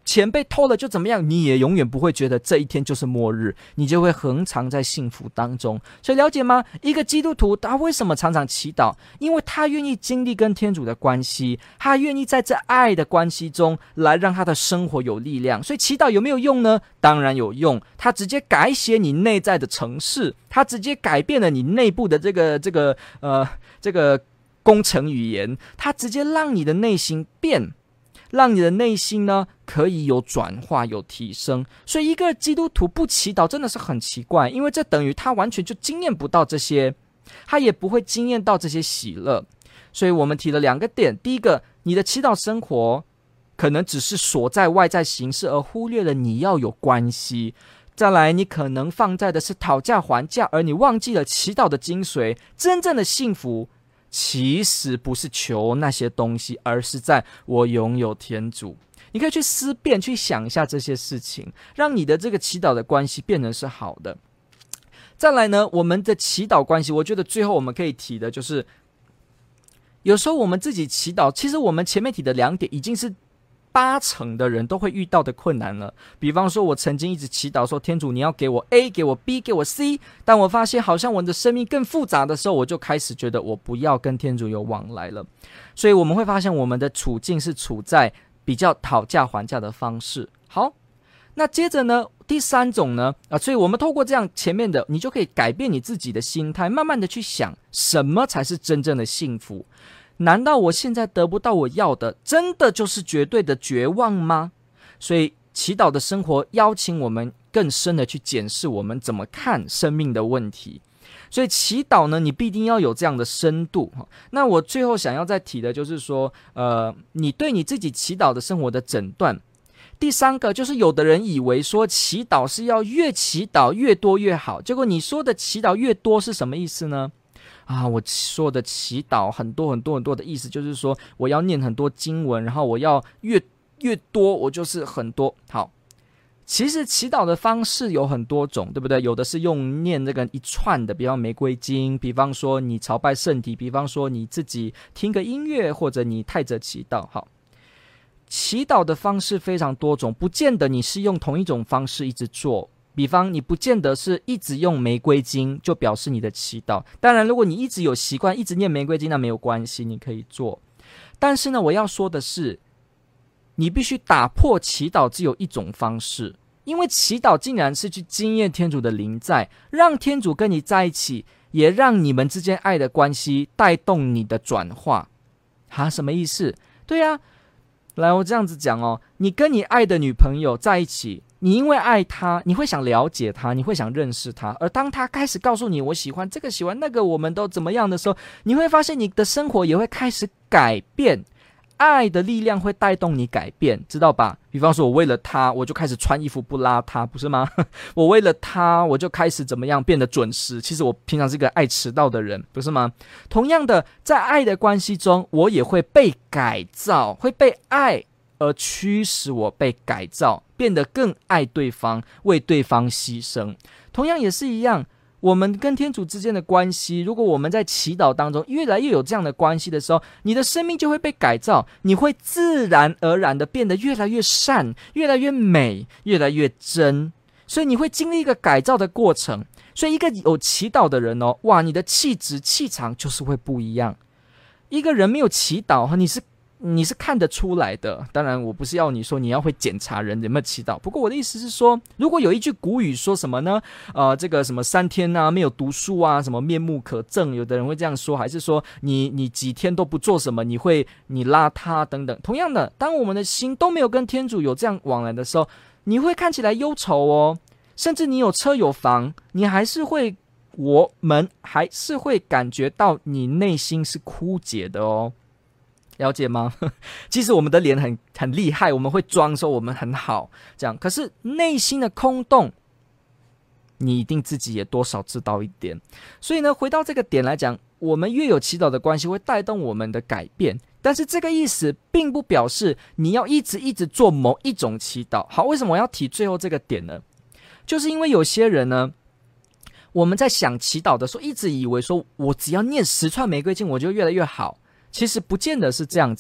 钱被偷了就怎么样，你也永远不会觉得这一天就是末日，你就会恒常在幸福当中。所以了解吗？一个基督徒他为什么常常祈祷？因为他愿意经历跟天主的关系，他愿意在这爱的关系中来让他的生活有力量。所以祈祷有没有用呢？当然有用，它直接改写你内在的程式，它直接改变了你内部的这个这个呃这个工程语言，它直接让你的内心变，让你的内心呢可以有转化有提升。所以一个基督徒不祈祷真的是很奇怪，因为这等于他完全就经验不到这些，他也不会经验到这些喜乐。所以我们提了两个点，第一个，你的祈祷生活可能只是锁在外在形式，而忽略了你要有关系。再来，你可能放在的是讨价还价，而你忘记了祈祷的精髓。真正的幸福其实不是求那些东西，而是在我拥有天主。你可以去思辨，去想一下这些事情，让你的这个祈祷的关系变得是好的。再来呢，我们的祈祷关系，我觉得最后我们可以提的就是，有时候我们自己祈祷，其实我们前面提的两点已经是八成的人都会遇到的困难了。比方说，我曾经一直祈祷说，天主你要给我 A， 给我 B， 给我 C， 但我发现好像我的生命更复杂的时候，我就开始觉得我不要跟天主有往来了。所以我们会发现我们的处境是处在比较讨价还价的方式。好，那接着呢，第三种呢，啊，所以我们透过这样前面的，你就可以改变你自己的心态，慢慢的去想，什么才是真正的幸福？难道我现在得不到我要的，真的就是绝对的绝望吗？所以祈祷的生活邀请我们更深的去检视我们怎么看生命的问题。所以祈祷呢，你必定要有这样的深度。那我最后想要再提的就是说，呃，你对你自己祈祷的生活的诊断。第三个就是有的人以为说祈祷是要越祈祷越多越好，结果你说的祈祷越多是什么意思呢？啊，我说的祈祷很多很多很多的意思就是说，我要念很多经文，然后我要越越多，我就是很多。好，其实祈祷的方式有很多种，对不对？有的是用念这个一串的，比方玫瑰经，比方说你朝拜圣体，比方说你自己听个音乐，或者你太着祈祷。好，祈祷的方式非常多种，不见得你是用同一种方式一直做。比方你不见得是一直用玫瑰经就表示你的祈祷，当然如果你一直有习惯一直念玫瑰经，那没有关系，你可以做。但是呢，我要说的是，你必须打破祈祷只有一种方式，因为祈祷竟然是去经验天主的临在，让天主跟你在一起，也让你们之间爱的关系带动你的转化。哈，什么意思？对啊，来，我这样子讲哦，你跟你爱的女朋友在一起，你因为爱她，你会想了解她，你会想认识她，而当她开始告诉你我喜欢这个喜欢那个，我们都怎么样的时候，你会发现你的生活也会开始改变。爱的力量会带动你改变，知道吧？比方说我为了他，我就开始穿衣服不邋遢，不是吗？我为了他，我就开始怎么样变得准时，其实我平常是个爱迟到的人，不是吗？同样的，在爱的关系中，我也会被改造，会被爱而驱使我被改造，变得更爱对方，为对方牺牲。同样也是一样，我们跟天主之间的关系，如果我们在祈祷当中越来越有这样的关系的时候，你的生命就会被改造，你会自然而然的变得越来越善，越来越美，越来越真，所以你会经历一个改造的过程。所以一个有祈祷的人哦，哇，你的气质气场就是会不一样。一个人没有祈祷，你是你是看得出来的。当然我不是要你说你要会检查人有没有祈祷，不过我的意思是说，如果有一句古语说什么呢，呃，这个什么三天啊没有读书啊，什么面目可憎，有的人会这样说，还是说你你几天都不做什么，你会你邋遢等等。同样的，当我们的心都没有跟天主有这样往来的时候，你会看起来忧愁哦，甚至你有车有房，你还是会我们还是会感觉到你内心是枯竭的哦，了解吗？即使我们的脸很很厉害，我们会装说我们很好，这样，可是内心的空洞，你一定自己也多少知道一点。所以呢，回到这个点来讲，我们越有祈祷的关系，会带动我们的改变。但是这个意思并不表示你要一直一直做某一种祈祷。好，为什么我要提最后这个点呢？就是因为有些人呢，我们在想祈祷的时候，一直以为说我只要念十串玫瑰经，我就越来越好。其实不见得是这样子。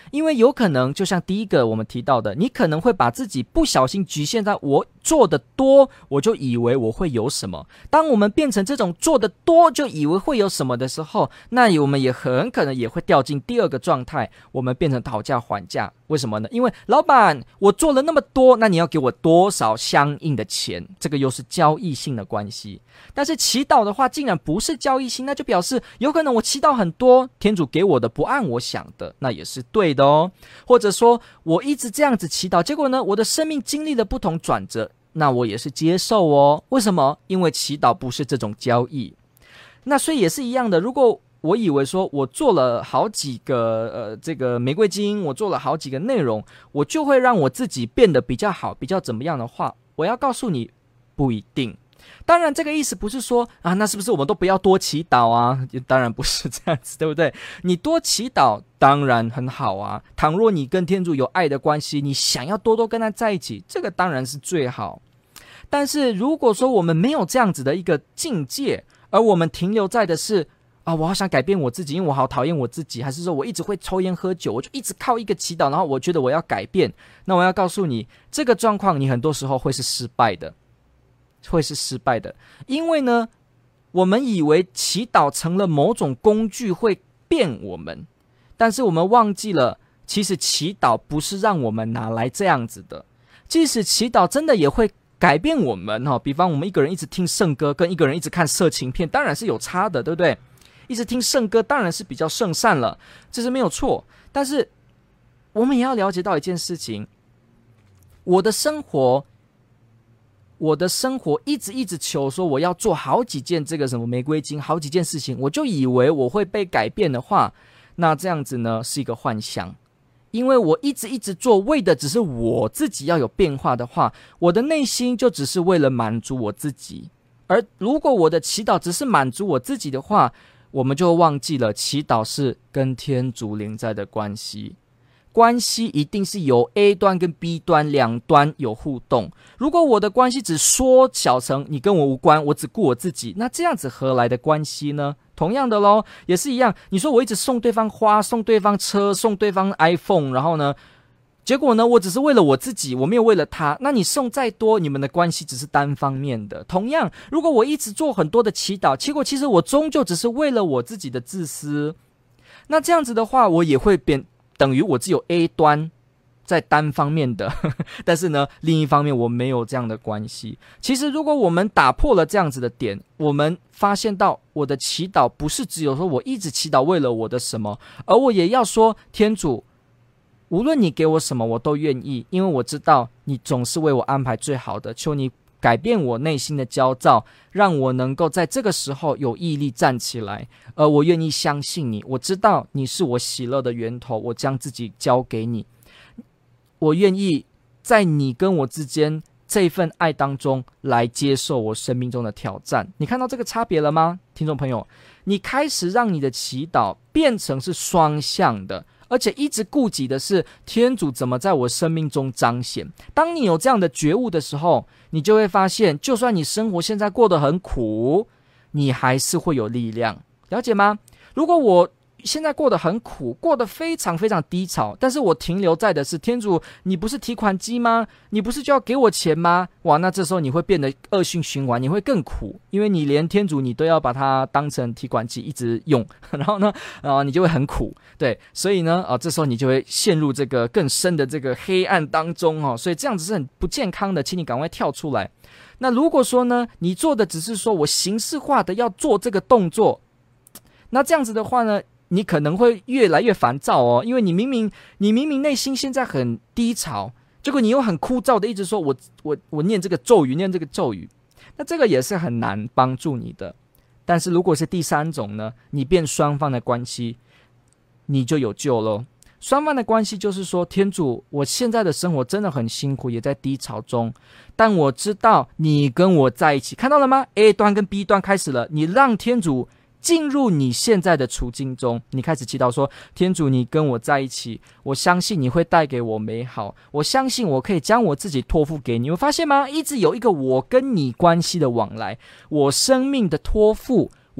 因为有可能就像第一个我们提到的，你可能会把自己不小心局限在我做的多，我就以为我会有什么。当我们变成这种做的多就以为会有什么的时候，那我们也很可能也会掉进第二个状态，我们变成讨价还价。为什么呢？因为老板，我做了那么多，那你要给我多少相应的钱？这个又是交易性的关系。但是祈祷的话，竟然不是交易性，那就表示有可能我祈祷很多，天主给我的不按我想的，那也是对的哦。或者说我一直这样子祈祷，结果呢，我的生命经历了不同转折，那我也是接受哦。为什么？因为祈祷不是这种交易。那所以也是一样的，如果我以为说我做了好几个呃这个玫瑰经，我做了好几个内容，我就会让我自己变得比较好，比较怎么样的话，我要告诉你，不一定。当然这个意思不是说啊，那是不是我们都不要多祈祷啊？当然不是这样子，对不对？你多祈祷当然很好啊，倘若你跟天主有爱的关系，你想要多多跟他在一起，这个当然是最好。但是如果说我们没有这样子的一个境界，而我们停留在的是啊，我好想改变我自己，因为我好讨厌我自己，还是说我一直会抽烟喝酒，我就一直靠一个祈祷，然后我觉得我要改变，那我要告诉你，这个状况你很多时候会是失败的，会是失败的。因为呢，我们以为祈祷成了某种工具会变我们，但是我们忘记了，其实祈祷不是让我们拿来这样子的，即使祈祷真的也会改变我们、哦、比方我们一个人一直听圣歌，跟一个人一直看色情片当然是有差的，对不对？一直听圣歌当然是比较圣善了，这是没有错。但是我们也要了解到一件事情，我的生活我的生活一直一直求说我要做好几件这个什么玫瑰经，好几件事情，我就以为我会被改变的话，那这样子呢是一个幻象。因为我一直一直做，为的只是我自己要有变化的话，我的内心就只是为了满足我自己。而如果我的祈祷只是满足我自己的话，我们就忘记了祈祷是跟天主临在的关系。关系一定是由 A 端跟 B 端两端有互动。如果我的关系只缩小成你跟我无关，我只顾我自己，那这样子何来的关系呢？同样的咯，也是一样，你说我一直送对方花，送对方车，送对方 iPhone， 然后呢结果呢我只是为了我自己，我没有为了他，那你送再多，你们的关系只是单方面的。同样，如果我一直做很多的祈祷，结果其实我终究只是为了我自己的自私，那这样子的话，我也会变等于我只有 A 端在单方面的呵呵，但是呢另一方面我没有这样的关系。其实如果我们打破了这样子的点，我们发现到我的祈祷不是只有说我一直祈祷为了我的什么，而我也要说天主，无论你给我什么我都愿意，因为我知道你总是为我安排最好的，求你改变我内心的焦躁，让我能够在这个时候有毅力站起来，而我愿意相信你，我知道你是我喜乐的源头，我将自己交给你，我愿意在你跟我之间这份爱当中来接受我生命中的挑战。你看到这个差别了吗？听众朋友，你开始让你的祈祷变成是双向的，而且一直顾及的是天主怎么在我生命中彰显。当你有这样的觉悟的时候，你就会发现，就算你生活现在过得很苦，你还是会有力量，了解吗？如果我现在过得很苦，过得非常非常低潮，但是我停留在的是天主，你不是提款机吗？你不是就要给我钱吗？哇，那这时候你会变得恶性循环，你会更苦，因为你连天主你都要把它当成提款机一直用，然后呢、呃、你就会很苦。对，所以呢、呃、这时候你就会陷入这个更深的这个黑暗当中、哦、所以这样子是很不健康的，请你赶快跳出来。那如果说呢，你做的只是说我形式化的要做这个动作，那这样子的话呢，你可能会越来越烦躁哦，因为你明明你明明内心现在很低潮，结果你又很枯燥的一直说我我我念这个咒语，念这个咒语，那这个也是很难帮助你的。但是如果是第三种呢，你变双方的关系，你就有救咯。双方的关系就是说，天主，我现在的生活真的很辛苦，也在低潮中，但我知道你跟我在一起，看到了吗？ A 端跟 B 端开始了，你让天主进入你现在的处境中，你开始祈祷说，天主你跟我在一起，我相信你会带给我美好，我相信我可以将我自己托付给你。我发现吗？一直有一个我跟你关系的往来，我生命的托付，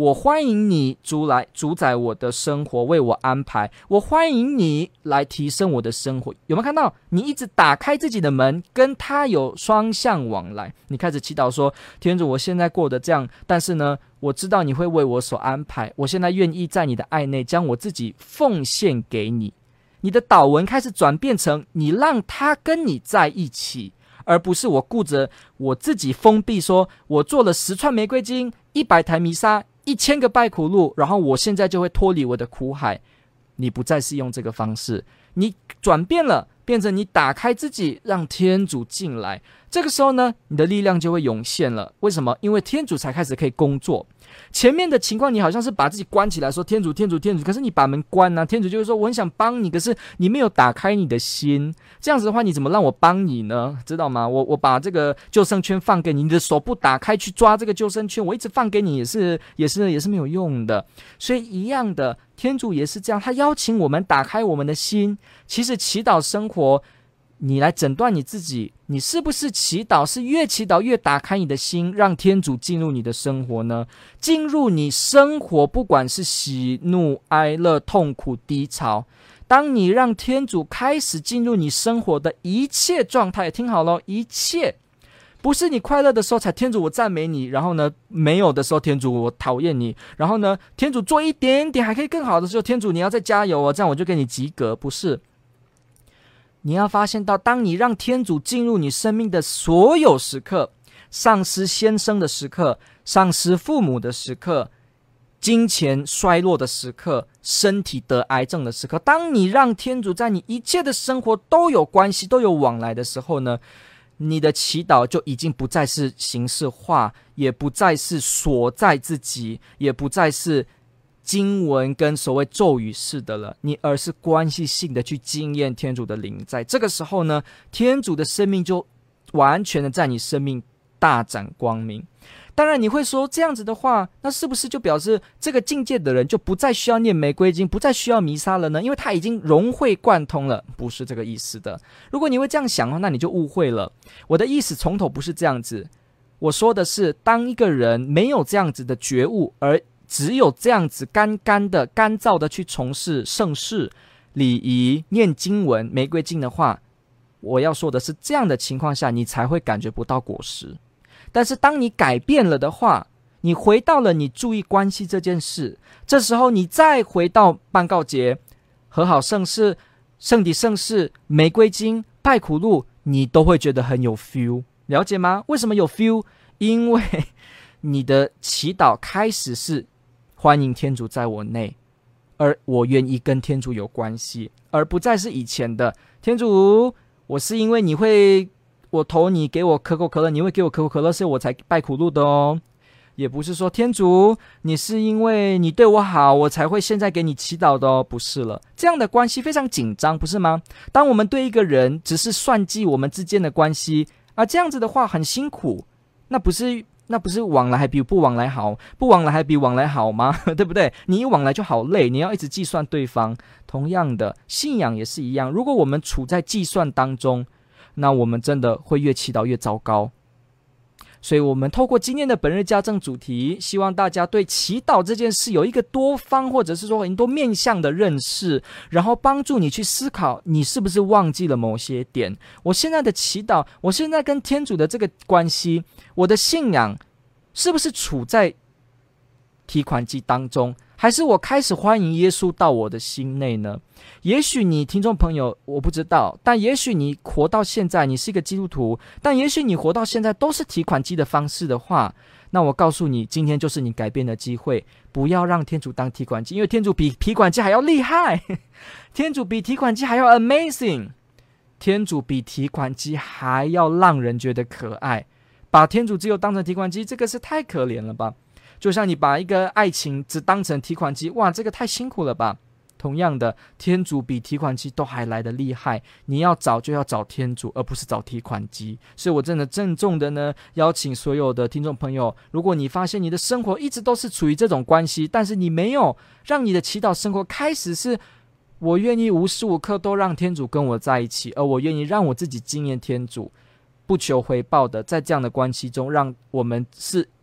我欢迎你主来主宰我的生活，为我安排，我欢迎你来提升我的生活。有没有看到你一直打开自己的门，跟他有双向往来？你开始祈祷说，天主，我现在过得这样，但是呢我知道你会为我所安排，我现在愿意在你的爱内将我自己奉献给你。你的祷文开始转变成你让他跟你在一起，而不是我顾着我自己封闭，说我做了十串玫瑰金，一百台弥撒，一千个拜苦路，然后我现在就会脱离我的苦海。你不再是用这个方式，你转变了，变成你打开自己，让天主进来。这个时候呢，你的力量就会涌现了。为什么？因为天主才开始可以工作。前面的情况，你好像是把自己关起来，说天主天主天主，可是你把门关啊，天主就会说我很想帮你，可是你没有打开你的心。这样子的话，你怎么让我帮你呢？知道吗？我我把这个救生圈放给你，你的手不打开去抓这个救生圈，我一直放给你也是也是也是没有用的。所以一样的，天主也是这样，他邀请我们打开我们的心。其实祈祷生活，你来诊断你自己，你是不是祈祷是越祈祷越打开你的心，让天主进入你的生活呢？进入你生活，不管是喜怒哀乐痛苦低潮，当你让天主开始进入你生活的一切状态，听好了，一切不是你快乐的时候才天主我赞美你，然后呢没有的时候天主我讨厌你，然后呢天主做一点点还可以更好的时候，天主你要再加油哦，这样我就给你及格。不是，你要发现到，当你让天主进入你生命的所有时刻，丧失先生的时刻，丧失父母的时刻，金钱衰落的时刻，身体得癌症的时刻，当你让天主在你一切的生活都有关系都有往来的时候呢，你的祈祷就已经不再是形式化，也不再是锁在自己，也不再是经文跟所谓咒语式的了，你而是关系性的去经验天主的灵。在这个时候呢，天主的生命就完全的在你生命大展光明。当然你会说，这样子的话，那是不是就表示这个境界的人就不再需要念玫瑰经，不再需要弥撒了呢？因为他已经融会贯通了。不是这个意思的。如果你会这样想的话，那你就误会了。我的意思从头不是这样子，我说的是，当一个人没有这样子的觉悟，而只有这样子干干的干燥的去从事圣事礼仪念经文玫瑰经的话，我要说的是，这样的情况下你才会感觉不到果实。但是当你改变了的话，你回到了你注意关系这件事，这时候你再回到办告节和好圣事圣体圣事玫瑰经拜苦路，你都会觉得很有 feel。 了解吗？为什么有 feel？ 因为你的祈祷开始是欢迎天主在我内，而我愿意跟天主有关系，而不再是以前的天主我是因为你会我投你给我可口可乐，你会给我可口可乐，所以我才拜苦路的哦。也不是说天主你是因为你对我好我才会现在给你祈祷的哦，不是了。这样的关系非常紧张，不是吗？当我们对一个人只是算计我们之间的关系啊，这样子的话很辛苦，那不是那不是往来还比不往来好，不往来还比往来好吗？对不对？你一往来就好累，你要一直计算对方。同样的，信仰也是一样，如果我们处在计算当中，那我们真的会越祈祷越糟糕。所以我们透过今天的本日家政主题，希望大家对祈祷这件事有一个多方或者是说很多面向的认识，然后帮助你去思考你是不是忘记了某些点。我现在的祈祷，我现在跟天主的这个关系，我的信仰是不是处在提款机当中，还是我开始欢迎耶稣到我的心内呢？也许你听众朋友我不知道，但也许你活到现在你是一个基督徒，但也许你活到现在都是提款机的方式的话，那我告诉你，今天就是你改变的机会。不要让天主当提款机，因为天主比提款机还要厉害天主比提款机还要 amazing， 天主比提款机还要让人觉得可爱。把天主只有当成提款机，这个是太可怜了吧。就像你把一个爱情只当成提款机，哇，这个太辛苦了吧。同样的，天主比提款机都还来得厉害，你要找就要找天主，而不是找提款机。所以我真的郑重的呢邀请所有的听众朋友，如果你发现你的生活一直都是处于这种关系，但是你没有让你的祈祷生活开始是我愿意无时无刻都让天主跟我在一起，而我愿意让我自己经验天主，不求回报的，在这样的关系中，让我们是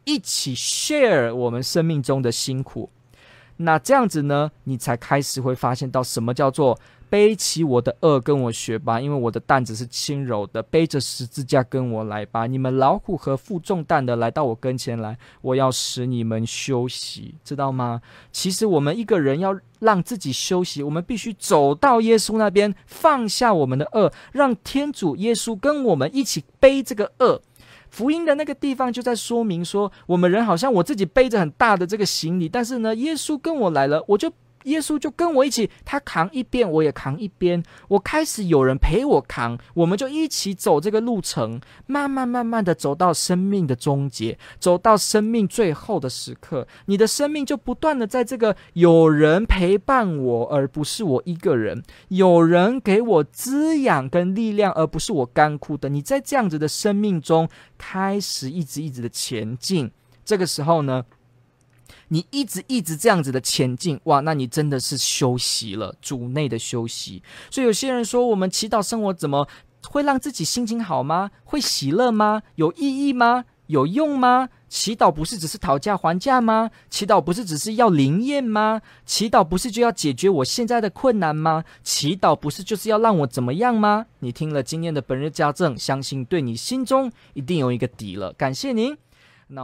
一起 share 我们生命中的辛苦。那这样子呢，你才开始会发现到什么叫做背起我的轭跟我学吧，因为我的担子是轻柔的，背着十字架跟我来吧。你们劳苦和负重担的来到我跟前来，我要使你们休息，知道吗？其实我们一个人要让自己休息，我们必须走到耶稣那边，放下我们的轭，让天主耶稣跟我们一起背这个轭。福音的那个地方就在说明说，我们人好像我自己背着很大的这个行李，但是呢，耶稣跟我来了，我就耶稣就跟我一起，他扛一边，我也扛一边，我开始有人陪我扛，我们就一起走这个路程，慢慢慢慢的走到生命的终结，走到生命最后的时刻，你的生命就不断的在这个有人陪伴我，而不是我一个人，有人给我滋养跟力量，而不是我干枯的，你在这样子的生命中开始一直一直的前进。这个时候呢，你一直一直这样子的前进，哇，那你真的是休息了，主内的休息。所以有些人说，我们祈祷生活怎么会让自己心情好吗？会喜乐吗？有意义吗？有用吗？祈祷不是只是讨价还价吗？祈祷不是只是要灵验吗？祈祷不是就要解决我现在的困难吗？祈祷不是就是要让我怎么样吗？你听了今天的本日家政，相信对你心中一定有一个底了。感谢您。那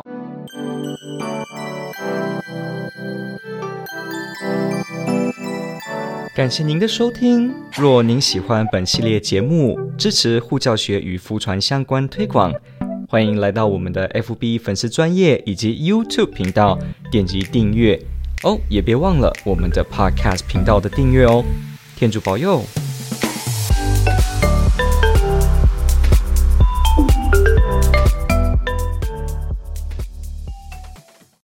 感谢您的收听。若您喜欢本系列节目，支持护教学与福传相关推广，欢迎来到我们的 F B 粉丝专页以及 YouTube 频道，点击订阅哦，也别忘了我们的 Podcast 频道的订阅哦。天主保佑。